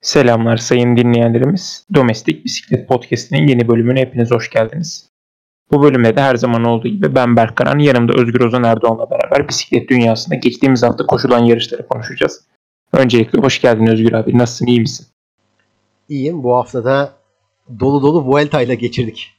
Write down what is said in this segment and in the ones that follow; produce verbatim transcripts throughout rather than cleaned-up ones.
Selamlar sayın dinleyenlerimiz. Domestik Bisiklet Podcast'inin yeni bölümüne hepiniz hoş geldiniz. Bu bölümde de her zaman olduğu gibi ben Berkanan, yanımda Özgür Ozan Erdoğan'la beraber bisiklet dünyasında geçtiğimiz hafta koşulan yarışları konuşacağız. Öncelikle hoş geldin Özgür abi. Nasılsın, iyi misin? İyiyim. Bu haftada dolu dolu Vuelta ile geçirdik.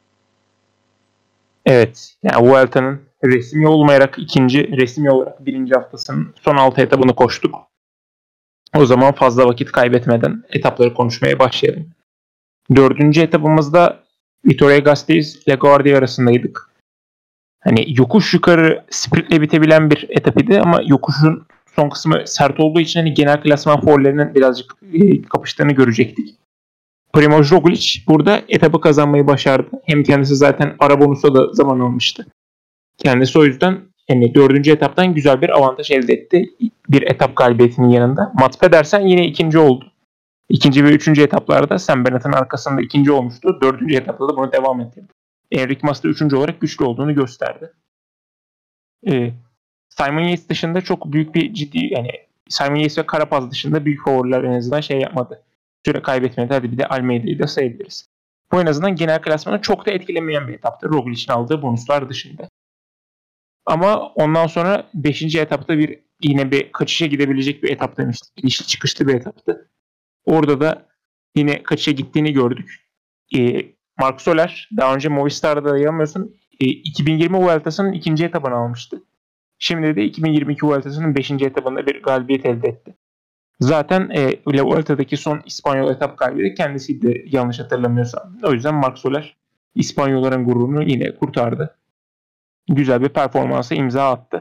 Evet. Yani Vuelta'nın resmi olmayarak ikinci, resmi olarak birinci haftasının son altı etabını koştuk. O zaman fazla vakit kaybetmeden etapları konuşmaya başlayalım. Dördüncü etapımızda Vitoria-Gasteiz ile Guardia arasındaydık. Hani yokuş yukarı sprintle bitebilen bir etap idi ama yokuşun son kısmı sert olduğu için hani genel klasman favorilerinin birazcık kapıştığını görecektik. Primož Roglič burada etabı kazanmayı başardı. Hem kendisi zaten ara bonusa da zaman almıştı. Kendisi o yüzden yani dördüncü etaptan güzel bir avantaj elde etti. Bir etap galibiyetinin yanında. Mats Pedersen yine ikinci oldu. İkinci ve üçüncü etaplarda Sam Bennett'in arkasında ikinci olmuştu. Dördüncü etapta da bunu devam ettirdi. Enric Mas da üçüncü olarak güçlü olduğunu gösterdi. Ee, Simon Yates dışında çok büyük bir ciddi yani Simon Yates ve Carapaz dışında büyük favoriler en azından şey yapmadı. Süre kaybetmedi. Hadi bir de Almeida'yı da sayabiliriz. Bu en azından genel klasmanı çok da etkilemeyen bir etaptı. Roglic'in aldığı bonuslar dışında. Ama ondan sonra beşinci etapta bir yine bir kaçışa gidebilecek bir etap demiştik. İnişli çıkışlı bir etaptı. Orada da yine kaçışa gittiğini gördük. E, Marc Soler daha önce Movistar'da yanılmıyorsam e, iki bin yirmi Vueltası'nın ikinci etabını almıştı. Şimdi de iki bin yirmi iki Vueltası'nın beşinci etabında bir galibiyet elde etti. Zaten e, La Vuelta'daki son İspanyol etap galibiyeti kendisiydi yanlış hatırlamıyorsam. O yüzden Marc Soler İspanyolların gururunu yine kurtardı. Güzel bir performansa imza attı.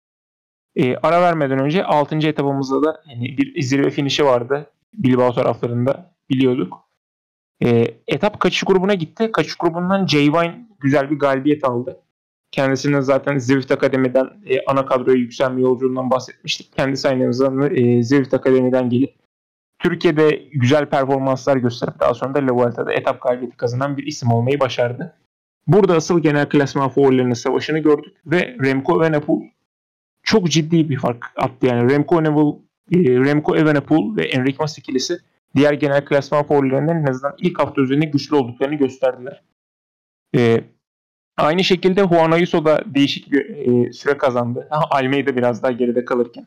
E, ara vermeden önce altıncı etapımızda da yani bir zirve finişi vardı. Bilbao taraflarında biliyorduk. E, etap kaçış grubuna gitti. Kaçış grubundan Jay Vine güzel bir galibiyet aldı. Kendisinin zaten Zwift Akademi'den e, ana kadroya yükselme yolculuğundan bahsetmiştik. Kendisi aynı zamanda e, Zwift Akademi'den gelip Türkiye'de güzel performanslar gösterip daha sonra da La Vuelta'da etap galibiyeti kazanan bir isim olmayı başardı. Burada asıl genel klasman favorilerinin savaşını gördük ve Remco Evenepoel çok ciddi bir fark attı. Yani Remco Evenepoel, Remco Evenepoel ve Enric Mas ikilisi diğer genel klasman favorilerinden en azından ilk hafta üzerinde güçlü olduklarını gösterdiler. Ee, aynı şekilde Juan Ayuso da değişik bir e, süre kazandı. Almeida biraz daha geride kalırken.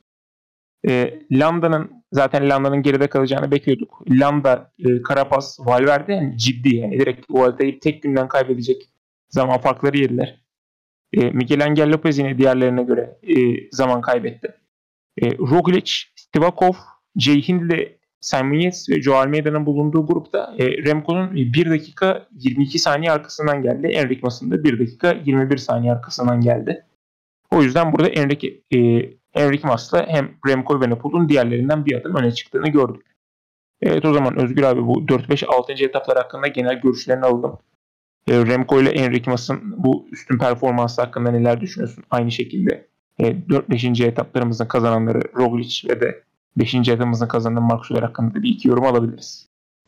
E, Landa'nın zaten Landa'nın geride kalacağını bekliyorduk. Landa, e, Carapaz, Valverde yani ciddi yani direkt Vuelta'yı tek günden kaybedecek zaman farkları yediler. E, Miguel Angel Lopez yine diğerlerine göre e, zaman kaybetti. E, Roglic, Stivakov, Jay Hindley, Simon Yates ve Joao Almeida'nın bulunduğu grupta e, Remco'nun bir dakika yirmi iki saniye arkasından geldi. Enric Mas'ın da bir dakika yirmi bir saniye arkasından geldi. O yüzden burada Enric, e, Enric Mas'la hem Remco Evenepoel'un diğerlerinden bir adım öne çıktığını gördük. Evet, o zaman Özgür abi bu dört beş altıncı etaplar hakkında genel görüşlerini alalım. E, Remco ile Enric Mas'ın bu üstün performansı hakkında neler düşünüyorsun? Aynı şekilde e, dört beşinci etaplarımızın kazananları Roglic ve de beşinci etapımızın kazananı Marc Soler hakkında bir iki yorum alabiliriz.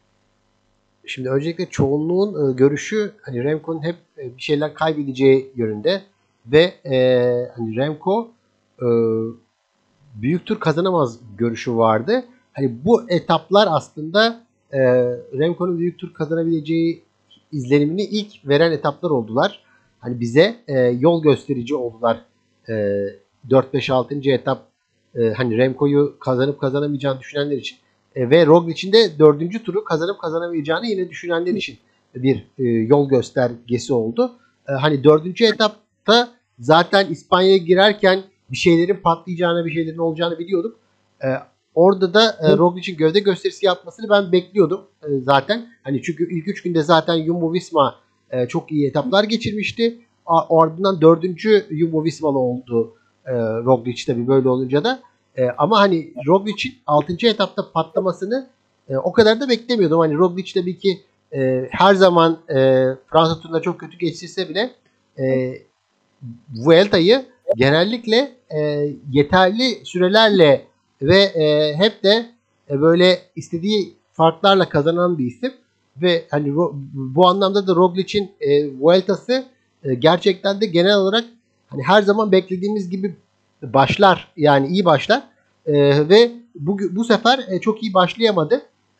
Şimdi öncelikle çoğunluğun e, görüşü hani Remco'nun hep e, bir şeyler kaybedeceği yönünde ve e, hani Remco e, büyük tur kazanamaz görüşü vardı. Hani bu etaplar aslında e, Remco'nun büyük tur kazanabileceği izlenimini ilk veren etaplar oldular. Hani bize e, yol gösterici oldular. E, dört beş altıncı etap e, hani Remco'yu kazanıp kazanamayacağını düşünenler için e, ve Roglic'in de dördüncü turu kazanıp kazanamayacağını yine düşünenler için bir e, yol göstergesi oldu. E, hani dördüncü etapta zaten İspanya'ya girerken bir şeylerin patlayacağını, bir şeylerin olacağını biliyorduk. E, orada da e, Roglic'in gövde gösterisi yapmasını ben bekliyordum e, zaten. Hani çünkü ilk üç günde zaten Jumbo-Visma e, çok iyi etaplar geçirmişti. A, ardından dördüncü Jumbo-Vismalı oldu e, Roglic tabii böyle olunca da. E, ama hani Roglic'in altıncı etapta patlamasını e, o kadar da beklemiyordum. Hani Roglic tabii ki e, her zaman e, Fransa turunda çok kötü geçirse bile e, Vuelta'yı genellikle e, yeterli sürelerle ve e, hep de e, böyle istediği farklarla kazanan bir isim ve hani ro- bu anlamda da Roglic'in e, Vuelta'sı e, gerçekten de genel olarak hani her zaman beklediğimiz gibi başlar, yani iyi başlar e, ve bu bu sefer e, çok iyi başlayamadı.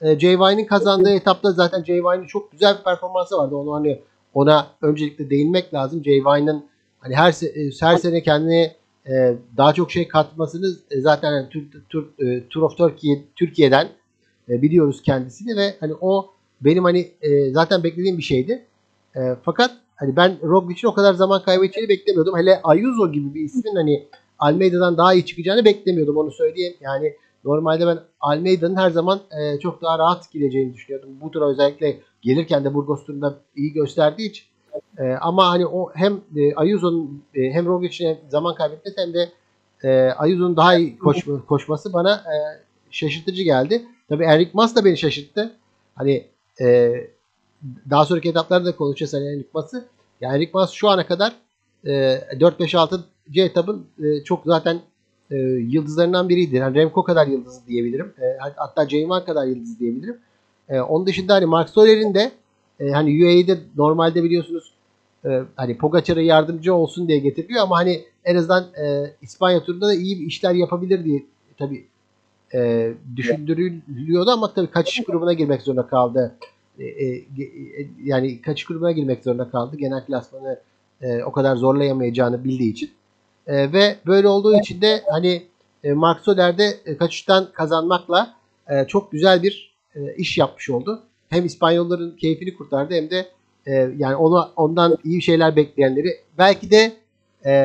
e, Jay Vine'in kazandığı etapta zaten Jay Vine'in çok güzel bir performansı vardı. Onu hani ona öncelikle değinmek lazım. Jay Vine'in hani her her sene kendine e, daha çok şey katmasını e, zaten yani Tur, Tur, e, Tour of Turkey Türkiye'den e, biliyoruz kendisini ve hani o benim hani e, zaten beklediğim bir şeydi. E, fakat hani ben Roglic'in o kadar zaman kaybedeceğini beklemiyordum. Hele Ayuso gibi bir ismin hani Almeida'dan daha iyi çıkacağını beklemiyordum, onu söyleyeyim. Yani normalde ben Almeida'nın her zaman e, çok daha rahat gideceğini düşünüyordum. Bu tura özellikle gelirken de Burgos turunda iyi gösterdiği için. E, ama hani o hem e, Ayuso'nun e, hem Roglic'in zaman kaybetmesi hem de e, Ayuso'nun daha iyi koşma, koşması bana e, şaşırtıcı geldi. Tabii Enric Mas da beni şaşırttı. Hani e, daha sonraki etaplarda da konuşacağız hani Enric Mas'ı. Yani Enric Mas şu ana kadar e, dört beş altı etapın e, çok zaten e, yıldızlarından biriydi. Yani Remco kadar yıldız diyebilirim. E, hatta Ceyman kadar yıldız diyebilirim. E, onun dışında hani Marc Soler'in de e, hani U A E'de normalde biliyorsunuz e, hani Pogacar'a yardımcı olsun diye getiriliyor ama hani en azından e, İspanya turunda da iyi bir işler yapabilir diye tabii e, düşündürülüyordu ama tabii kaçış grubuna girmek zorunda kaldı. E, e, yani kaçış grubuna girmek zorunda kaldı. Genel klasmanı e, o kadar zorlayamayacağını bildiği için. E, ve böyle olduğu için de hani e, Marc Soler'de e, kaçıştan kazanmakla e, çok güzel bir e, iş yapmış oldu. Hem İspanyolların keyfini kurtardı hem de e, yani ona ondan iyi şeyler bekleyenleri belki de e,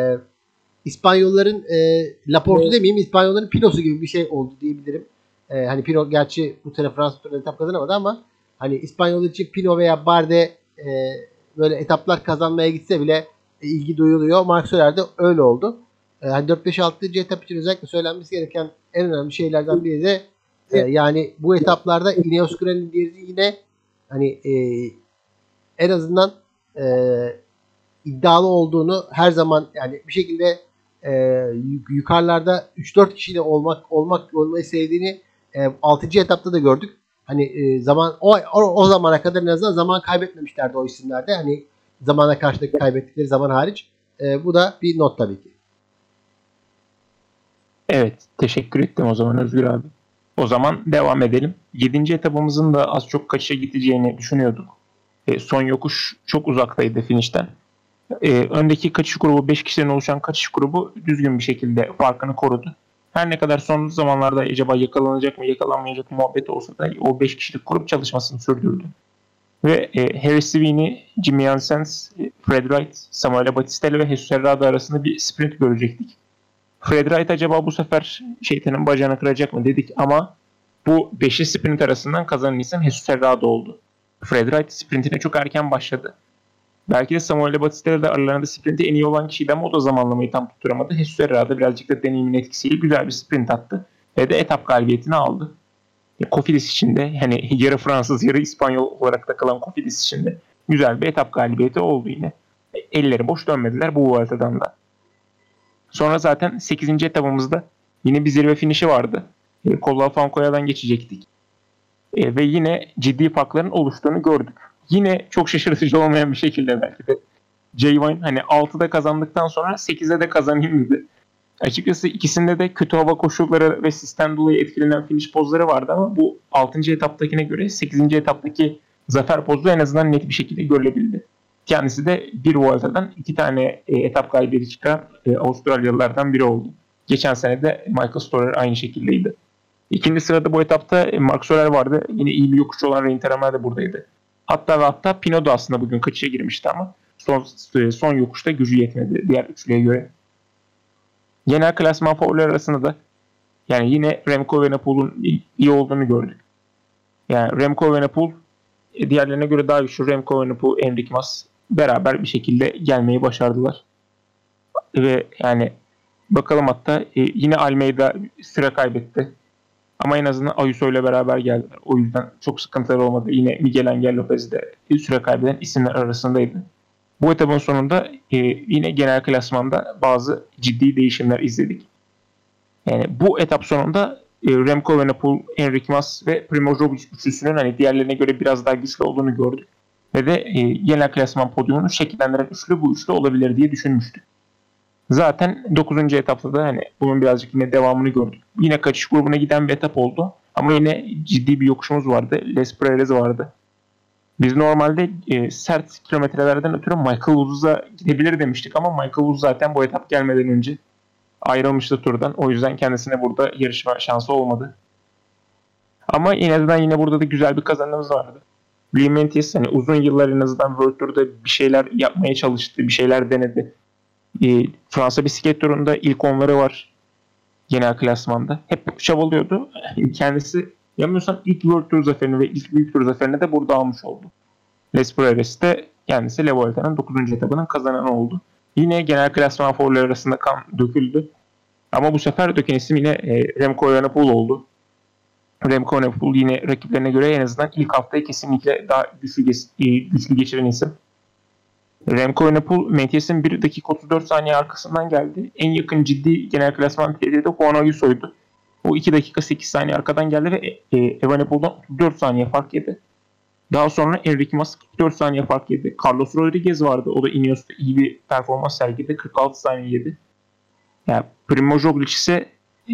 İspanyolların e, Laporte demeyeyim, İspanyolların Pino'su gibi bir şey oldu diyebilirim. E, hani Pino gerçi bu sene Fransa turunda etap kazanamadı ama hani İspanyol için Pino veya Barde e, böyle etaplar kazanmaya gitse bile e, ilgi duyuluyor. Marc Soler'de öyle olı. E, hani dört beş altı etap için özellikle söylenmesi gereken en önemli şeylerden biri de e, yani bu etaplarda Ineos Grenadiers'in yine hani e, en azından e, iddialı olduğunu her zaman yani bir şekilde e, yukarılarda üç dört kişiyle olmak olmak olmayı sevdiğini e, altıncı etapta da gördük. Hani e, zaman o, o o zamana kadar en azından zaman kaybetmemişlerdi o isimlerde. Hani zamana karşılık kaybettikleri zaman hariç. E, bu da bir not tabii ki. Evet, teşekkür ettim o zaman Özgür abi. O zaman devam edelim. yedinci etapımızın da az çok kaçışa gideceğini düşünüyorduk. E, son yokuş çok uzaktaydı finişten. E, öndeki kaçış grubu beş kişiden oluşan kaçış grubu düzgün bir şekilde farkını korudu. Her ne kadar son zamanlarda acaba yakalanacak mı yakalanmayacak mı muhabbeti olsa da o beş kişilik grup çalışmasını sürdürdü. Ve e, Harry Sweeney, Jimmy Janssens, Fred Wright, Samuel Battistelli ve Jesus Herrada arasında bir sprint görecektik. Fred Wright acaba bu sefer şeytanın bacağını kıracak mı dedik ama bu beşli sprint arasından kazanan isim Jesus Herrada oldu. Fred Wright sprintine çok erken başladı. Belki de Samuel Battistelli de aralarında sprinti en iyi olan kişiydi ama o da zamanlamayı tam tutturamadı. Jesus Herrada birazcık da deneyimin etkisiyle güzel bir sprint attı ve de etap galibiyetini aldı. Cofidis için de hani yarı Fransız yarı İspanyol olarak da kalan Cofidis için de güzel bir etap galibiyeti oldu yine. Elleri boş dönmediler bu Vuelta'dan da. Sonra zaten sekizinci etapımızda yine bir zirve finişi vardı. E, Colla Fancoya'dan geçecektik. E, ve yine ciddi farkların oluştuğunu gördük. Yine çok şaşırtıcı olmayan bir şekilde belki de Jay Vine hani altıda kazandıktan sonra sekizde de kazanayım dedi. Açıkçası ikisinde de kötü hava koşulları ve sistem dolayı etkilenen finish pozları vardı ama bu altıncı etaptakine göre sekizinci etaptaki zafer pozu en azından net bir şekilde görülebildi. Kendisi de bir Vuelta'dan iki tane e, etap galibiyeti çıkan e, Avustralyalılardan biri oldu. Geçen sene de Michael Storer aynı şekildeydi. İkinci sırada bu etapta e, Marc Soler vardı. Yine iyi bir yokuşçu olan Rein Taaramäe de buradaydı. Hatta ve hatta Pinot da aslında bugün kaçışa girmişti ama son, son yokuşta gücü yetmedi diğer üçlüye göre. Genel klasman favoriler arasında da yani yine Remco ve Evenepoel'un iyi olduğunu gördük. Yani Remco ve Evenepoel diğerlerine göre daha güçlü. Remco ve Evenepoel, Enric Mas beraber bir şekilde gelmeyi başardılar. Ve yani bakalım hatta e, yine Almeida sıra kaybetti. Ama en azından Ayuso ile beraber geldiler. O yüzden çok sıkıntıları olmadı. Yine Miguel Angel Lopez de süre kaybeden isimler arasındaydı. Bu etapın sonunda e, yine genel klasmanda bazı ciddi değişimler izledik. Yani bu etap sonunda e, Remco Evenepoel, Enric Mas ve Primož Roglič üçlüsünün hani diğerlerine göre biraz daha güçlü olduğunu gördük. Ve de e, genel klasman podyumunu şekillendiren üçlü bu üçlü olabilir diye düşünmüştük. Zaten dokuzuncu etapta da hani bunun birazcık yine devamını gördük. Yine kaçış grubuna giden bir etap oldu. Ama yine ciddi bir yokuşumuz vardı. Les Prairies vardı. Biz normalde e, sert kilometrelerden ötürü Michael Woods'a gidebilir demiştik ama Michael Woods zaten bu etap gelmeden önce ayrılmıştı turdan. O yüzden kendisine burada yarışma şansı olmadı. Ama en azından yine burada da güzel bir kazanımız vardı. Liam Matthews hani uzun yıllar en azından World Tour'da bir şeyler yapmaya çalıştı, bir şeyler denedi. E, Fransa bisiklet turunda ilk onları var genel klasmanda. Hep çabalıyordu. Kendisi yanılmıyorsam ilk World Tour zaferini ve ilk Büyük Tur zaferini de burada almış oldu. Les Praires'te kendisi La Vuelta'nın dokuzuncu etabının kazananı oldu. Yine genel klasman favorileri arasında kan döküldü. Ama bu sefer döken isim yine e, Remco Evenepoel oldu. Remco Evenepoel yine rakiplerine göre en azından ilk haftayı kesinlikle daha güçlü, güçlü geçiren isim. Remco Evenepoel Matthews'in bir dakika otuz dört saniye arkasından geldi. En yakın ciddi genel klasman pilotuydu de Juan Ayuso'ydu. O iki dakika sekiz saniye arkadan geldi ve e, Evenepoel'dan otuz dört saniye fark yedi. Daha sonra Enrique Mas kırk dört saniye fark yedi. Carlos Rodriguez vardı. O da Ineos'ta iyi bir performans sergiledi. kırk altı saniye yedi. Yani Primož Roglič ise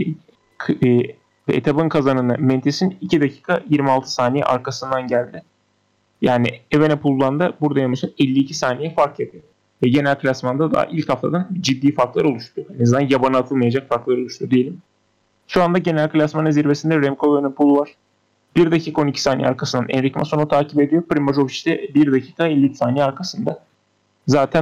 e, e, etabın kazananı Matthews'in iki dakika yirmi altı saniye arkasından geldi. Yani Evenepoel'dan da burada yanılmıyorsam elli iki saniye fark etti. Ve genel klasmanda daha ilk haftadan ciddi farklar oluştu. En azından yabana atılmayacak farklar oluştu diyelim. Şu anda genel klasmanın zirvesinde Remco Evenepoel var. bir dakika on iki saniye arkasından Enrique Mas onu takip ediyor. Primož Roglič de bir dakika elli üç saniye arkasında. Zaten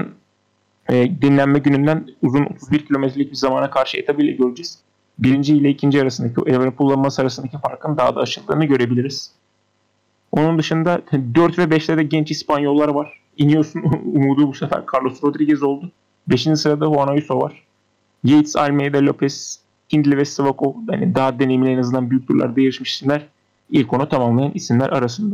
e, dinlenme gününden uzun otuz bir kilometrelik bir zamana karşı etabıyla göreceğiz. Birinci ile ikinci arasındaki Evenepoel'la Mas arasındaki farkın daha da aşıldığını görebiliriz. Onun dışında dört ve beşte de genç İspanyollar var. Ineos'un umudu bu sefer Carlos Rodriguez oldu. beşinci sırada Juan Ayuso var. Yates, Almeida, Lopez, Hindley ve Sivakov, yani daha deneyimli en azından büyük turlarda yarışmış isimler, ilk onu tamamlayan isimler arasında.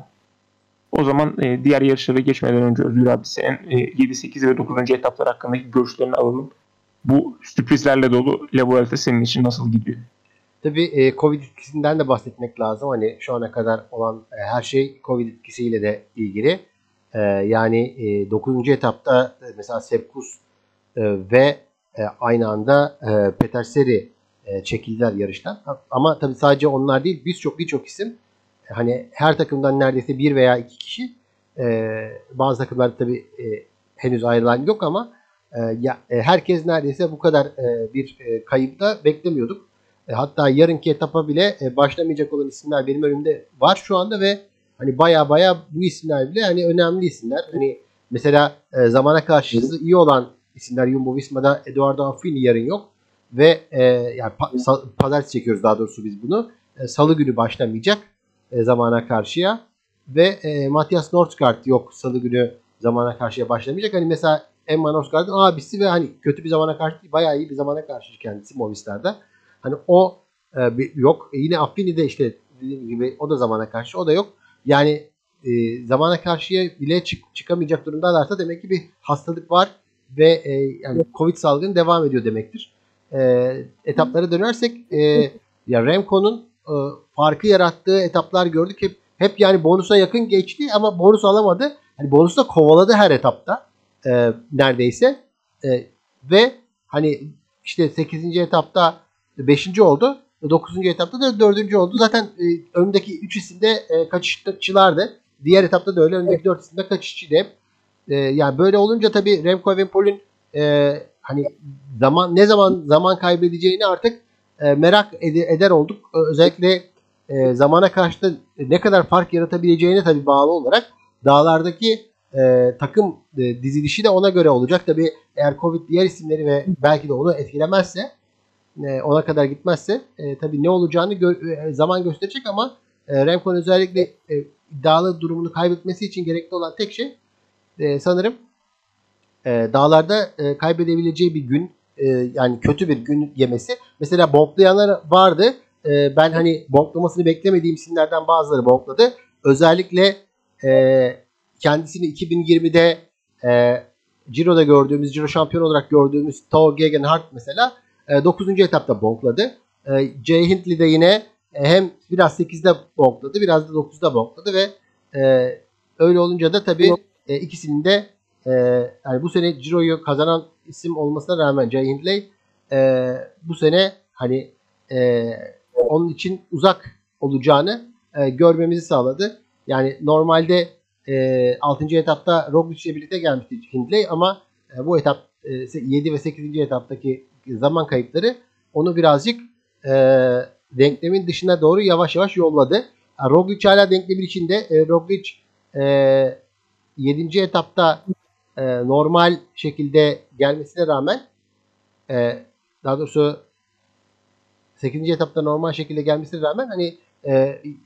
O zaman e, diğer yarışlara geçmeden önce Özgür abi senin e, yedi, sekiz ve dokuzuncu etaplar hakkındaki görüşlerini alalım. Bu sürprizlerle dolu La Vuelta senin için nasıl gidiyor? Tabii e, Covid etkisinden de bahsetmek lazım. Hani şu ana kadar olan e, her şey Covid etkisiyle de ilgili. E, yani e, dokuzuncu etapta e, mesela Sepkus e, ve e, aynı anda e, Peterseri e, çekildiler yarıştan. Ama tabii sadece onlar değil, birçok birçok isim. E, hani her takımdan neredeyse bir veya iki kişi. E, bazı takımlarda tabii e, henüz ayrılan yok ama e, ya, e, herkes neredeyse bu kadar e, bir e, kayıp da beklemiyorduk. E, hatta yarınki etapa bile e, başlamayacak olan isimler benim önümde var şu anda ve hani baya baya bu isimler bile hani önemli isimler. Hani mesela e, zamana karşı iyi olan isimler Jumbo Visma'da Eduardo Affini yarın yok ve e, yani pa- pazartesi çekiyoruz daha doğrusu biz bunu. E, Salı günü başlamayacak e, zamana karşıya ve e, Matthias Nordsgaard yok Salı günü zamana karşıya başlamayacak. Hani mesela Emma Nordsgaard'ın abisi ve hani kötü bir zamana karşı değil, bayağı iyi bir zamana karşı kendisi Movistar'da. Hani o e, bir, yok. E, yine Affini de işte dediğim gibi o da zamana karşı. O da yok. Yani e, zamana karşıya bile çık, çıkamayacak durumdalarsa demek ki bir hastalık var ve e, yani Covid salgını devam ediyor demektir. E, etaplara dönersek e, ya Remco'nun e, farkı yarattığı etaplar gördük. Hep hep yani bonusa yakın geçti ama bonus alamadı. Hani bonusu da kovaladı her etapta. E, neredeyse. E, ve hani işte sekizinci etapta beşinci oldu. dokuzuncu etapta da dördüncü oldu. Zaten e, öndeki üç isim de e, kaçışçılardı. Diğer etapta da öyle. Öndeki dört isim de kaçışçıydı. E, yani böyle olunca tabii Remco Evenepoel'ün e, hani zaman ne zaman zaman kaybedeceğini artık e, merak ed- eder olduk. Özellikle e, zamana karşı da ne kadar fark yaratabileceğine tabii bağlı olarak dağlardaki e, takım e, dizilişi de ona göre olacak. Tabii eğer Covid diğer isimleri ve belki de onu etkilemezse ona kadar gitmezse e, tabii ne olacağını gö- e, zaman gösterecek ama e, Remco'nun özellikle e, iddialı durumunu kaybetmesi için gerekli olan tek şey e, sanırım e, dağlarda e, kaybedebileceği bir gün e, yani kötü bir gün yemesi. Mesela bonklayanlar vardı. E, ben hani bonklamasını beklemediğim isimlerden bazıları bonkladı. Özellikle e, kendisini iki bin yirmide e, Ciro'da gördüğümüz, Ciro şampiyon olarak gördüğümüz Thor Gegenhardt mesela dokuzuncu etapta bonkladı. Jay Hindley de yine hem biraz sekizde bonkladı, biraz da dokuzda bonkladı ve öyle olunca da tabii ikisinin de yani bu sene Ciro'yu kazanan isim olmasına rağmen Jay Hindley bu sene hani onun için uzak olacağını e, görmemizi sağladı. Yani normalde e, altıncı etapta Roglic ile birlikte gelmişti Hindley ama e, bu etap e, yedi ve sekizinci etaptaki zaman kayıpları onu birazcık e, denklemin dışına doğru yavaş yavaş yolladı. Yani Roglic hala denklemin içinde. E, Roglic e, yedinci etapta e, normal şekilde gelmesine rağmen e, daha doğrusu sekizinci etapta normal şekilde gelmesine rağmen hani e,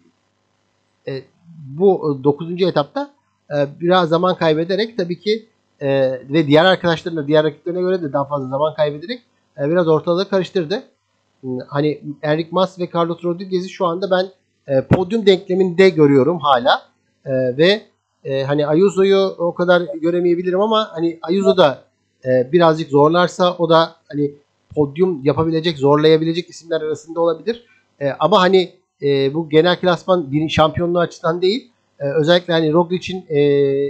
e, bu dokuzuncu etapta e, biraz zaman kaybederek tabii ki e, ve diğer arkadaşlarına, diğer rakiplerine göre de daha fazla zaman kaybederek e, biraz ortalığı karıştırdı. Hani Enric Mas ve Carlos Rodriguez'i şu anda ben e, podyum denkleminde görüyorum hala. E, ve e, hani Ayuso'yu o kadar göremeyebilirim ama hani Ayuso da e, birazcık zorlarsa o da hani podyum yapabilecek, zorlayabilecek isimler arasında olabilir. E, ama hani e, bu genel klasman bir şampiyonluğu açısından değil. E, özellikle hani Roglic'in e,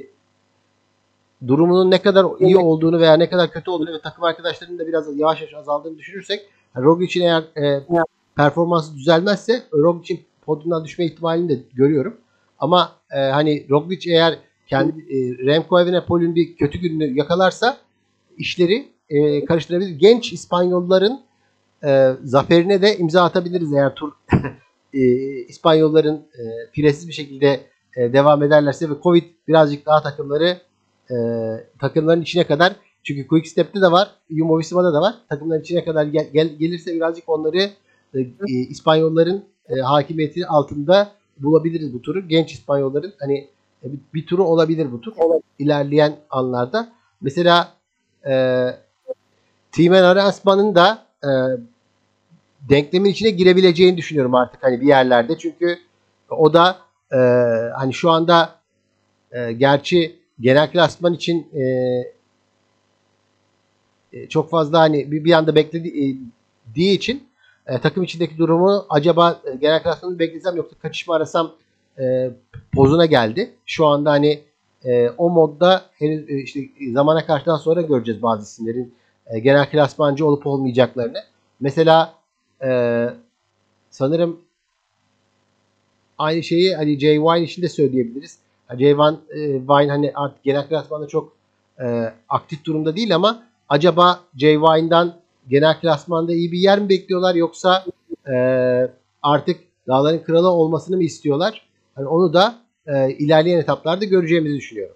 durumunun ne kadar iyi olduğunu veya ne kadar kötü olduğunu ve takım arkadaşlarının da biraz yavaş yavaş azaldığını düşünürsek yani Roglic'in eğer e, performansı düzelmezse Roglic'in podyumdan düşme ihtimalini de görüyorum. Ama e, hani Roglic eğer kendi e, Remco Evenepoel'ün bir kötü gününü yakalarsa işleri e, karıştırabilir. Genç İspanyolların e, zaferine de imza atabiliriz eğer tur e, İspanyolların e, filesiz bir şekilde e, devam ederlerse ve Covid birazcık daha takımları e, takımların içine kadar, çünkü Quick Step'te de var, Jumbo Visma'da da var. Takımların içine kadar gel, gel, gelirse birazcık onları e, e, İspanyolların e, hakimiyeti altında bulabiliriz bu turu. Genç İspanyolların hani e, bir, bir turu olabilir bu tur. İlerleyen anlarda. Mesela e, Timen Arensman'ın da e, denklemin içine girebileceğini düşünüyorum artık hani bir yerlerde. Çünkü o da e, hani şu anda e, gerçi genel klasman için e, e, çok fazla hani bir, bir anda beklediği e, için e, takım içindeki durumu acaba e, genel klasmanı beklesem yoksa kaçış mı arasam e, pozuna geldi. Şu anda hani e, o modda henüz e, işte zamana karşıdan sonra göreceğiz bazı isimlerin e, genel klasmancı olup olmayacaklarını. Mesela e, sanırım aynı şeyi hani Jay Vine için de söyleyebiliriz. Jay Vine, e, Vine hani artık genel klasmanda çok e, aktif durumda değil ama acaba Jay Vine'dan genel klasmanda iyi bir yer mi bekliyorlar yoksa e, artık dağların kralı olmasını mı istiyorlar? Yani onu da e, ilerleyen etaplarda göreceğimizi düşünüyorum.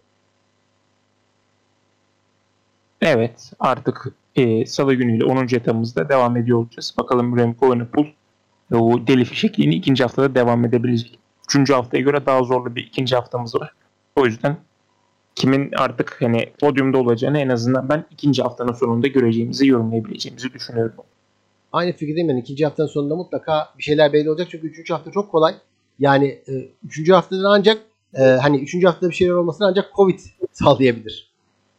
Evet, artık e, Salı günüyle onuncu etapımızda devam ediyor olacağız. Bakalım Remco Evenepoel o deli fişekliğini ikinci haftada devam edebilecek. Üçüncü haftaya göre daha zorlu bir ikinci haftamız var. O yüzden kimin artık hani podyumda olacağını en azından ben ikinci haftanın sonunda göreceğimizi, yorumlayabileceğimizi düşünüyorum. Aynı fikirdeyim ben. İkinci haftanın sonunda mutlaka bir şeyler belli olacak. Çünkü üçüncü hafta çok kolay. Yani e, üçüncü haftadan ancak e, hani üçüncü haftada bir şeyler olmasını ancak Covid sağlayabilir.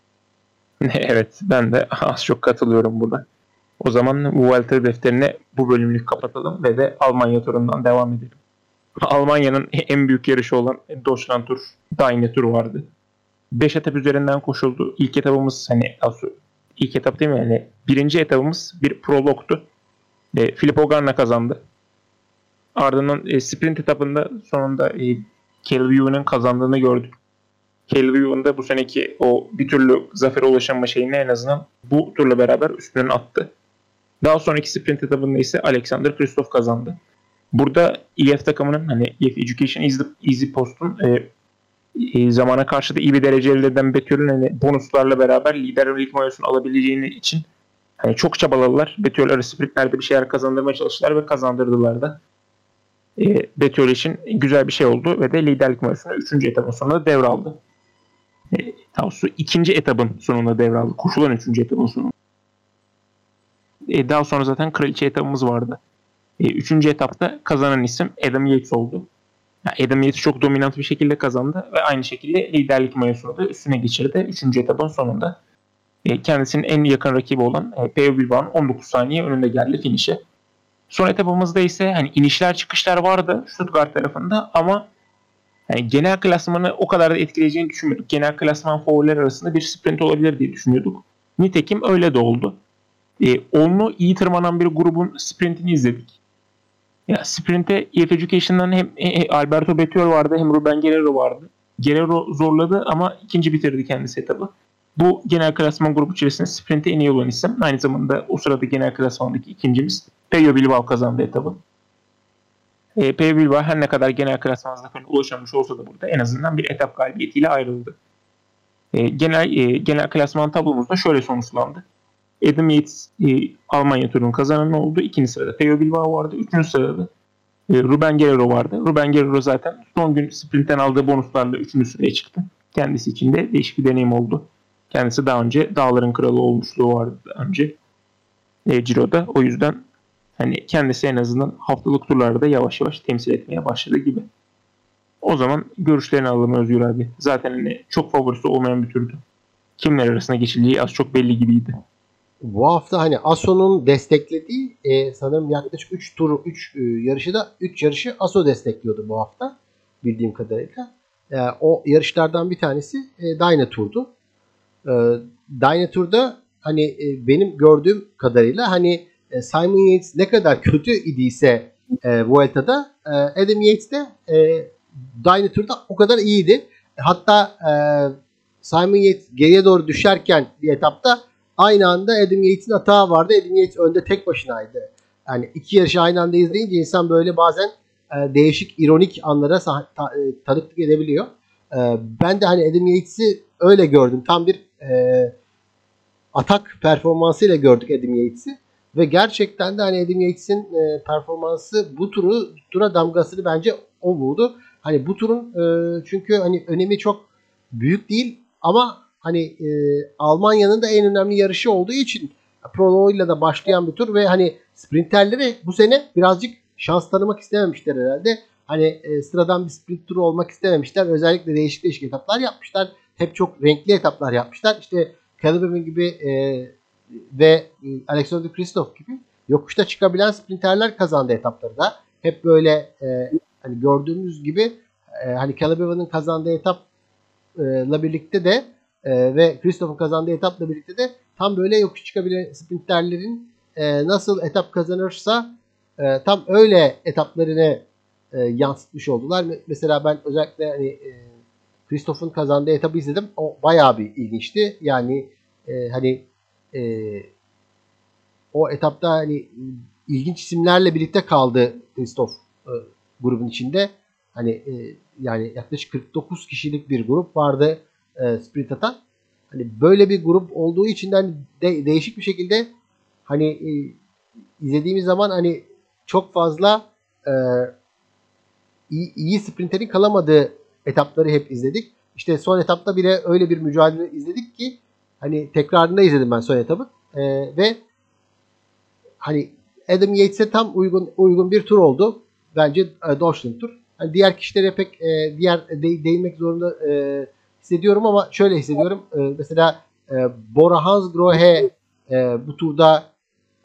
Evet, ben de az çok katılıyorum burada. O zaman Vuelta defterine bu bölümlük kapatalım ve de Almanya turundan devam edelim. Almanya'nın en büyük yarışı olan Deutschland Tour, Daine Tour vardı. beş etap üzerinden koşuldu. İlk etapımız hani ilk etap değil mi? Yani birinci etapımız bir prologtu. E, Filip Ogarna kazandı. Ardından e, sprint etapında sonunda e, Caleb Ewan'ın kazandığını gördük. Caleb Ewan da bu seneki o bir türlü zafere ulaşama şeyini en azından bu turla beraber üstüne attı. Daha sonraki sprint etapında ise Alexander Kristoff kazandı. Burada E F takımının hani E F Education Easy, Easy Post'un e, e, zamana karşı da iyi bir derece elde eden Betül'ün hani bonuslarla beraber liderlik mayosunu alabileceğini için hani çok çabaladılar. Betül sprintlerde bir şeyler kazandırmaya çalıştılar ve kazandırdılar da. E, Betül için güzel bir şey oldu ve de liderlik mayosunu üçüncü etapın sonunda devraldı. E, Tavsu ikinci etapın sonunda devraldı. Koşulan üçüncü etapın sonunda. E, daha sonra zaten kraliçe etapımız vardı. E, üçüncü etapta kazanan isim Adam Yates oldu. Yani Adam Yates çok dominant bir şekilde kazandı ve aynı şekilde liderlik mayosunu da üstüne geçirdi. Üçüncü etapın sonunda. E, kendisinin en yakın rakibi olan e, Peo Bilbao'nun on dokuz saniye önünde geldi finişe. Son etapımızda ise hani inişler çıkışlar vardı Stuttgart tarafında ama yani genel klasmanı o kadar da etkileyeceğini düşünmüyorduk. Genel klasman favoriler arasında bir sprint olabilir diye düşünüyorduk. Nitekim öyle de oldu. E, onlu iyi tırmanan bir grubun sprintini izledik. Ya sprinte E F Education'dan hem Alberto Bettiol vardı hem Ruben Guerrero vardı. Guerrero zorladı ama ikinci bitirdi kendisi etabı. Bu genel klasman grubu içerisinde sprinte en iyi olan isim. Aynı zamanda o sırada genel klasmandaki ikincimiz Pello Bilbao kazandı etabı. E, Pello Bilbao her ne kadar genel klasman zaferine ulaşamamış olsa da burada en azından bir etap galibiyetiyle ayrıldı. E, genel e, genel klasman tablomuzda şöyle sonuçlandı. Adam Yates e, Almanya turunun kazananı oldu. İkinci sırada Pello Bilbao vardı. Üçüncü sırada e, Ruben Guerrero vardı. Ruben Guerrero zaten son gün sprintten aldığı bonuslarla üçüncü sıraya çıktı. Kendisi için de değişik bir deneyim oldu. Kendisi daha önce dağların kralı olmuşluğu vardı daha önce e, Ciro'da. O yüzden hani kendisi en azından haftalık turlarda yavaş yavaş temsil etmeye başladı gibi. O zaman görüşlerini alalım Özgür abi. Zaten hani çok favorisi olmayan bir türdü. Kimler arasında geçildiği az çok belli gibiydi. Bu hafta hani Aso'nun desteklediği e, sanırım yaklaşık üç turu üç e, yarışı da üç yarışı Aso destekliyordu bu hafta bildiğim kadarıyla. E, o yarışlardan bir tanesi e, Dynatour'du. E, Dynatour'da hani e, benim gördüğüm kadarıyla hani e, Simon Yates ne kadar kötü idiyse e, Vuelta'da e, Adam Yates de e, Dynatour'da o kadar iyiydi. Hatta e, Simon Yates geriye doğru düşerken bir etapta aynı anda Adam Yates'in hata vardı. Adam Yates önde tek başınaydı. Yani iki yarışı aynı anda izleyince insan böyle bazen e, değişik ironik anlara sah- ta- e, tanıklık edebiliyor. E, ben de hani Adam Yates'i öyle gördüm. Tam bir e, atak performansıyla gördük Adam Yates'i. Ve gerçekten de hani Adam Yates'in e, performansı bu turu tura damgasını bence o vurdu. Hani bu turun e, çünkü hani önemi çok büyük değil ama hani e, Almanya'nın da en önemli yarışı olduğu için proloğuyla da başlayan bir tur ve hani sprinterleri bu sene birazcık şans tanımak istememişler herhalde. Hani e, sıradan bir sprint turu olmak istememişler. Özellikle değişik değişik etaplar yapmışlar. Hep çok renkli etaplar yapmışlar. İşte Caleb gibi e, ve Alexander Kristoff gibi yokuşta çıkabilen sprinterler kazandı etapları da. Hep böyle e, hani gördüğümüz gibi e, hani Caleb kazandığı etapla birlikte de e, ve Kristoff'un kazandığı etapla birlikte de tam böyle yokuş çıkabilen sprinterlerin e, nasıl etap kazanırsa e, tam öyle etaplarını e, yansıtmış oldular. Mesela ben özellikle hani e, Kristoff'un kazandığı etabı izledim. O bayağı bir ilginçti. Yani e, hani e, o etapta hani ilginç isimlerle birlikte kaldı Kristoff e, grubun içinde. Hani e, yani yaklaşık kırk dokuz kişilik bir grup vardı e, sprint atan. Hani böyle bir grup olduğu için de, hani de değişik bir şekilde hani e, izlediğimiz zaman hani çok fazla e, iyi, iyi sprinterin kalamadığı etapları hep izledik. İşte son etapta bile öyle bir mücadele izledik ki hani tekrarında izledim ben son etabı. E, ve hani Adam Yates'e tam uygun uygun bir tur oldu. Bence e, Deutschland tur. Hani diğer kişilere pek e, diğer de, değinmek zorunda e, hissediyorum ama şöyle hissediyorum. E, mesela e, Bora Hansgrohe e, bu turda e,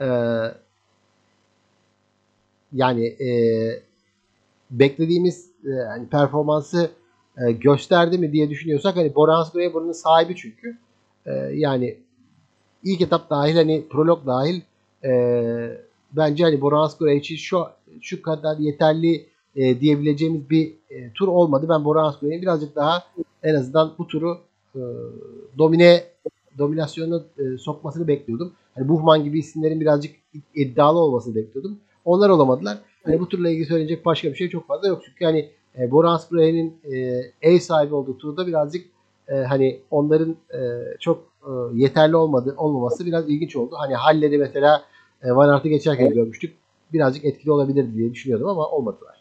yani e, beklediğimiz e, hani performansı e, gösterdi mi diye düşünüyorsak hani Bora Hansgrohe buranın sahibi çünkü. E, yani ilk etap dahil hani prolog dahil e, bence hani Bora Hansgrohe için şu şu kadar yeterli e, diyebileceğimiz bir e, tur olmadı. Ben Bora Hansgrohe'nin birazcık daha en azından bu turu e, domine dominasyonu e, sokmasını bekliyordum. Hani Buchmann gibi isimlerin birazcık iddialı olmasını bekliyordum. Onlar olamadılar. Hani bu turla ilgili söyleyecek başka bir şey çok fazla yok. Çünkü hani e, Bora Hansgrohe'nin e, ev sahibi olduğu turda birazcık e, hani onların e, çok e, yeterli olmadı olmaması biraz ilginç oldu. Hani Haller'i mesela e, Van Aert'ı geçerken görmüştük. Birazcık etkili olabilir diye düşünüyordum ama olmadılar.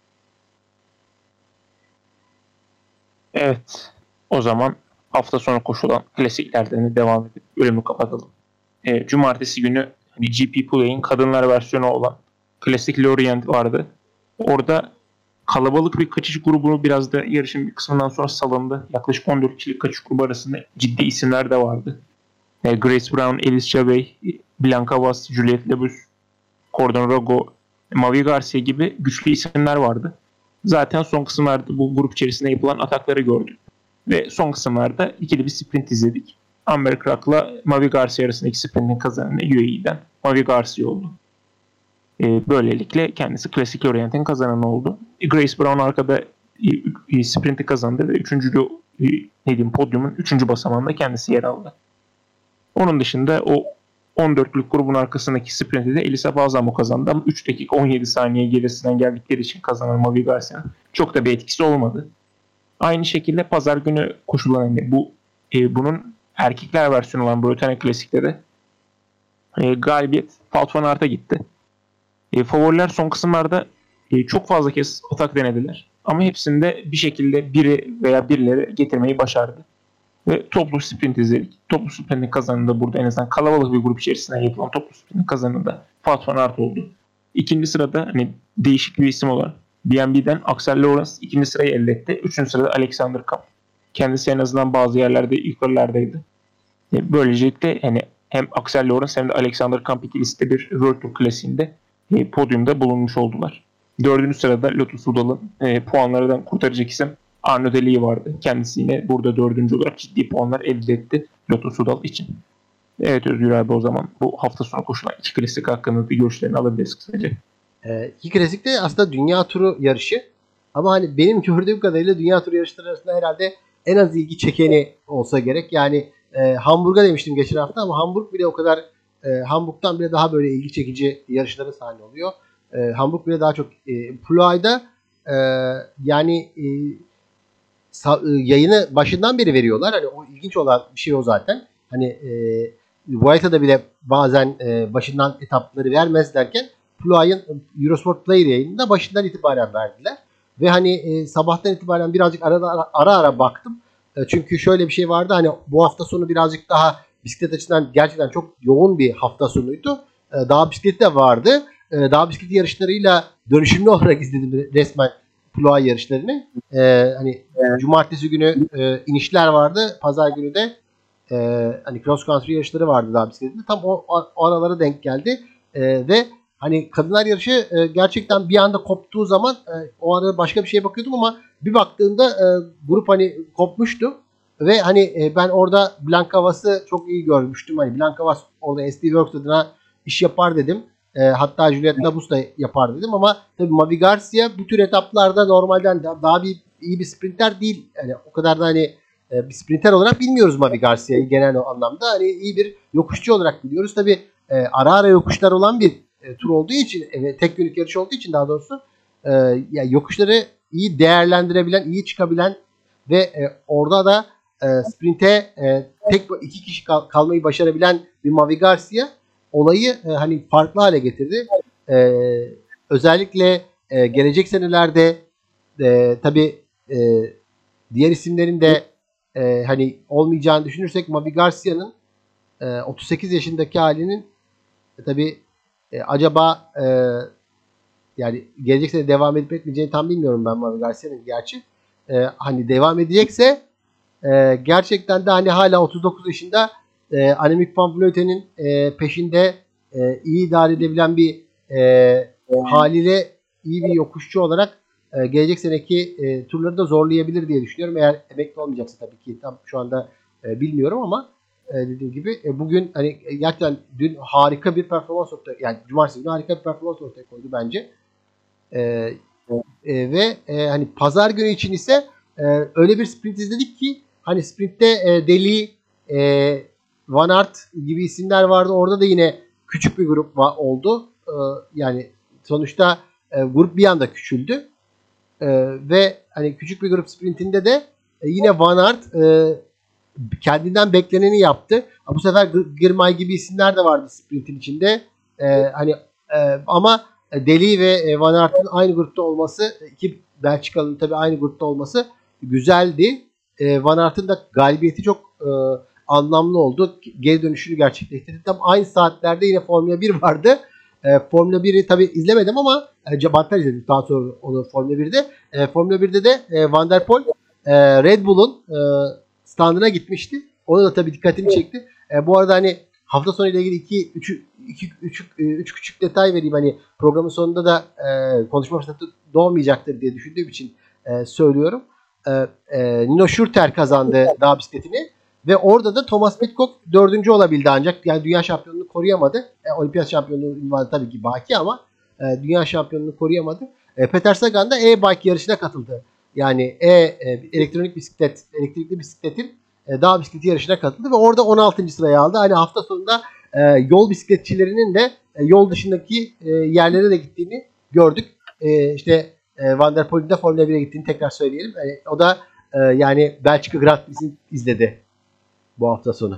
Evet. O zaman hafta sonu koşulan klasiklerden de devam edip bölümü kapatalım. E, Cumartesi günü hani G P Play'in kadınlar versiyonu olan Klasik Lorient vardı. Orada kalabalık bir kaçış grubunu biraz da yarışın bir kısmından sonra salındı. Yaklaşık on dört kişilik kaçış grubu arasında ciddi isimler de vardı. E, Grace Brown, Elis Chabey, Blanca Vas, Juliette Lebus, Cordon Rago, Mavi Garcia gibi güçlü isimler vardı. Zaten son kısımlarda bu grup içerisinde yapılan atakları gördük. Ve son kısımlarda ikili bir sprint izledik. Amber Krak'la Mavi Garcia arasındaki sprintin kazananı U A E'den Mavi Garcia oldu. E, böylelikle kendisi Classic Orient'in kazananı oldu. E, Grace Brown arkada e, e, sprinti kazandı ve üçüncü e, ne diyeyim, podyumun üçüncü basamağında kendisi yer aldı. Onun dışında o on dörtlük grubun arkasındaki sprinti de Elisa Balsamo kazandı ama üç dakika on yedi saniye gerisinden geldikleri için kazanan Mavi Garcia'nın çok da bir etkisi olmadı. Aynı şekilde pazar günü koşulan bu e, bunun erkekler versiyonu olan Bretagne Classic'te de e, galibiyet Wout van Aert'a gitti. E, favoriler son kısımlarda e, çok fazla kez atak denediler. Ama hepsinde bir şekilde biri veya birileri getirmeyi başardı. Ve toplu sprint izledik. Toplu sprintin kazananı da burada en azından kalabalık bir grup içerisinden yapılan toplu sprintin kazananı da Wout van Aert oldu. İkinci sırada hani değişik bir isim olan B M B'den Axel Lawrence ikinci sırayı elde etti. Üçüncü sırada Alexander Kamp. Kendisi en azından bazı yerlerde yukarılardaydı. E, böylelikle hani hem Axel Lawrence hem de Alexander Kamp ikilisi de bir World Tour klasiğinde e, podyumda bulunmuş oldular. Dördüncü sırada Lotto Soudal'ın e, puanlardan kurtaracak isim Arnaud Delis vardı. Kendisi yine burada dördüncü olarak ciddi puanlar elde etti Lotto Soudal için. Evet Özgür abi, o zaman bu hafta sonu koşulan iki klasik hakkında bir görüşlerini alabiliriz kısaca. E, iki klasik de aslında dünya turu yarışı. Ama hani benim gördüğüm kadarıyla dünya turu yarışları arasında herhalde en az ilgi çekeni olsa gerek. Yani e, Hamburg'a demiştim geçen hafta ama Hamburg bile o kadar e, Hamburg'dan bile daha böyle ilgi çekici yarışlara sahne oluyor. E, Hamburg bile daha çok e, Plouay'da e, yani e, sa- e, yayını başından beri veriyorlar. Hani o ilginç olan bir şey o zaten. Hani e, Vuelta'da bile bazen e, başından etapları vermez derken Plouay'ın Eurosport Player yayınında başından itibaren verdiler. Ve hani e, sabahtan itibaren birazcık arada ara ara, ara baktım. E, çünkü şöyle bir şey vardı. Hani bu hafta sonu birazcık daha bisiklet açısından gerçekten çok yoğun bir hafta sonuydu. E, dağ bisikleti de vardı. E, dağ bisikleti yarışlarıyla dönüşümlü olarak izledim resmen Plouay yarışlarını. E, hani evet. Cumartesi günü e, inişler vardı. Pazar günü de e, hani cross country yarışları vardı dağ bisikletinde. Tam o, o aralara denk geldi. E, ve hani kadınlar yarışı e, gerçekten bir anda koptuğu zaman e, o arada başka bir şeye bakıyordum ama bir baktığımda e, grup hani kopmuştu ve hani e, ben orada Blanca Vass'ı çok iyi görmüştüm. Hani Blanca Vass orada S D Works adına iş yapar dedim. E, hatta Juliette Labus da yapar dedim ama tabii Mavi Garcia bu tür etaplarda normalden daha, daha bir iyi bir sprinter değil. Yani o kadar da hani e, bir sprinter olarak bilmiyoruz Mavi Garcia'yı genel anlamda. Hani iyi bir yokuşçu olarak biliyoruz. Tabii e, ara ara yokuşlar olan bir e, tur olduğu için, e, tek günlük yarış olduğu için daha doğrusu e, yani yokuşları iyi değerlendirebilen, iyi çıkabilen ve e, orada da e, sprinte e, tek iki kişi kal- kalmayı başarabilen bir Mavi Garcia olayı e, hani farklı hale getirdi. E, özellikle e, gelecek senelerde e, tabii e, diğer isimlerin de e, hani olmayacağını düşünürsek Mavi Garcia'nın e, otuz sekiz yaşındaki halinin e, tabii e, acaba e, yani gelecek sene devam edip etmeyeceğini tam bilmiyorum ben Mavi Garcia'nın gerçi. E, hani devam edecekse e, gerçekten de hani hala otuz dokuz yaşında e, Annemiek van Vleuten'in e, peşinde e, iyi idare edebilen bir e, haliyle iyi bir yokuşçu olarak e, gelecek seneki e, turları da zorlayabilir diye düşünüyorum. Eğer emekli olmayacaksa tabii ki tam şu anda e, bilmiyorum ama e, dediğim gibi e, bugün hani gerçekten dün harika bir performans ortaya, yani cumartesi günü harika bir performans ortaya koydu bence. E, e, ve e, hani pazar günü için ise e, öyle bir sprint izledik ki hani sprintte e, Deli, e, Van Aert gibi isimler vardı. Orada da yine küçük bir grup va- oldu. E, yani sonuçta e, grup bir anda küçüldü. E, ve hani küçük bir grup sprintinde de e, yine Van Aert e, kendinden bekleneni yaptı. Bu sefer Girmay gibi isimler de vardı sprintin içinde. E, hani e, ama Deli ve Van Aert'ın aynı grupta olması, iki Belçikalı'nın tabii aynı grupta olması güzeldi. E, Van Aert'ın da galibiyeti çok e, anlamlı oldu. Geri dönüşünü gerçekleştirdi. Tam aynı saatlerde yine Formula bir vardı. E, Formula biri tabii izlemedim ama e, Cebatlar izledim daha sonra onu Formula birde. E, Formula birde de e, Van der Poel e, Red Bull'un e, standına gitmişti. Onu da tabii dikkatimi çekti. E, bu arada hani hafta sonu ile ilgili iki üç küçük detay vereyim. Hani programın sonunda da e, konuşma fırsatı doğmayacaktır diye düşündüğüm için e, söylüyorum. E, e, Nino Schurter kazandı dağ bisikletini ve orada da Thomas Pidcock dördüncü olabildi ancak yani dünya şampiyonluğunu koruyamadı. E, olimpiyat şampiyonluğu ünvanı tabii ki baki ama e, dünya şampiyonluğunu koruyamadı. E, Peter Sagan da e-bike yarışına katıldı. Yani e, e elektronik bisiklet, elektrikli bisikletin e, dağ bisikleti yarışına katıldı ve orada on altıncı sırayı aldı. Hani hafta sonunda e, yol bisikletçilerinin de e, yol dışındaki e, yerlere de gittiğini gördük. E, işte e, Van der Poel'in de Formula bire gittiğini tekrar söyleyelim. E, o da e, yani Belçika Grand Prix'sini izledi bu hafta sonu.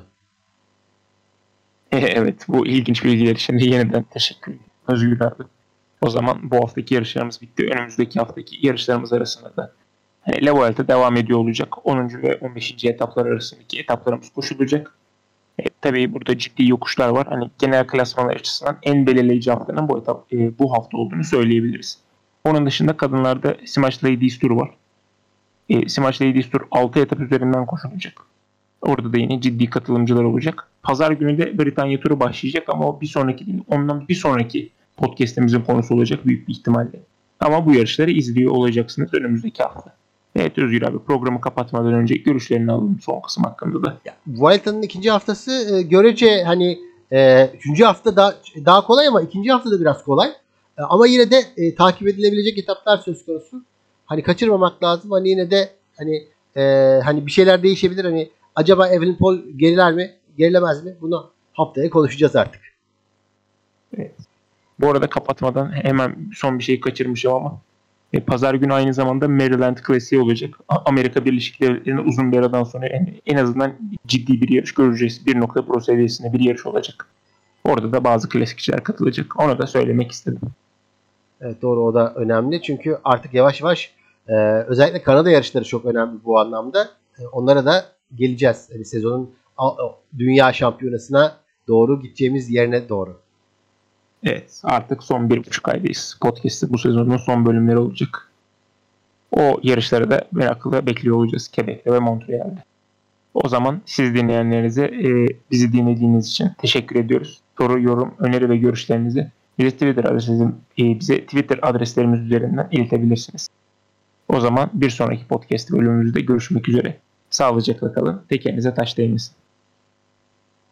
Evet, bu ilginç bilgiler için de yeniden teşekkür ederim Özgür abi. O zaman bu haftaki yarışlarımız bitti. Önümüzdeki haftaki yarışlarımız arasında da yani La Vuelta devam ediyor olacak. onuncu ve on beşinci etaplar arasındaki etaplarımız koşulacak. E, tabii burada ciddi yokuşlar var. Hani genel klasmanlar açısından en belirleyici haftanın bu etap e, bu hafta olduğunu söyleyebiliriz. Onun dışında kadınlarda Smash Ladies Tour var. E, Smash Ladies Tour altı etap üzerinden koşulacak. Orada da yine ciddi katılımcılar olacak. Pazar günü de Britanya turu başlayacak ama o bir sonraki değil, ondan bir sonraki podcast'imizin konusu olacak büyük bir ihtimalle. Ama bu yarışları izliyor olacaksınız önümüzdeki hafta. Evet Özgür abi, programı kapatmadan önce görüşlerini alalım son kısım hakkında da. Vuelta'nın ikinci haftası e, görece hani e, üçüncü hafta daha, daha kolay ama ikinci hafta da biraz kolay. E, ama yine de e, takip edilebilecek etaplar söz konusu. Hani kaçırmamak lazım. Hani yine de hani e, hani bir şeyler değişebilir. Hani acaba Evelyn Paul geriler mi? Gerilemez mi? Bunu haftaya konuşacağız artık. Evet. Bu arada kapatmadan hemen son bir şey kaçırmışım ama e, pazar günü aynı zamanda Maryland Classic olacak. Amerika Birleşik Devletleri'nin uzun bir aradan sonra en, en azından ciddi bir yarış göreceğiz. Bir nokta pro seviyesinde bir yarış olacak. Orada da bazı klasikçiler katılacak. Onu da söylemek istedim. Evet doğru, o da önemli. Çünkü artık yavaş yavaş e, özellikle Kanada yarışları çok önemli bu anlamda. E, onlara da geleceğiz. Yani sezonun dünya şampiyonasına doğru gideceğimiz yerine doğru. Evet, artık son bir buçuk aydayız. Podcast'te bu sezonun son bölümleri olacak. O yarışları da merakla bekliyor olacağız Quebec'te ve Montreal'de. O zaman siz dinleyenlerinize e, bizi dinlediğiniz için teşekkür ediyoruz. Soru, yorum, öneri ve görüşlerinizi bize Twitter adresimizin e, bize Twitter adreslerimiz üzerinden iletebilirsiniz. O zaman bir sonraki podcast bölümümüzde görüşmek üzere. Sağlıcakla kalın. Tekerinize taş değmesin.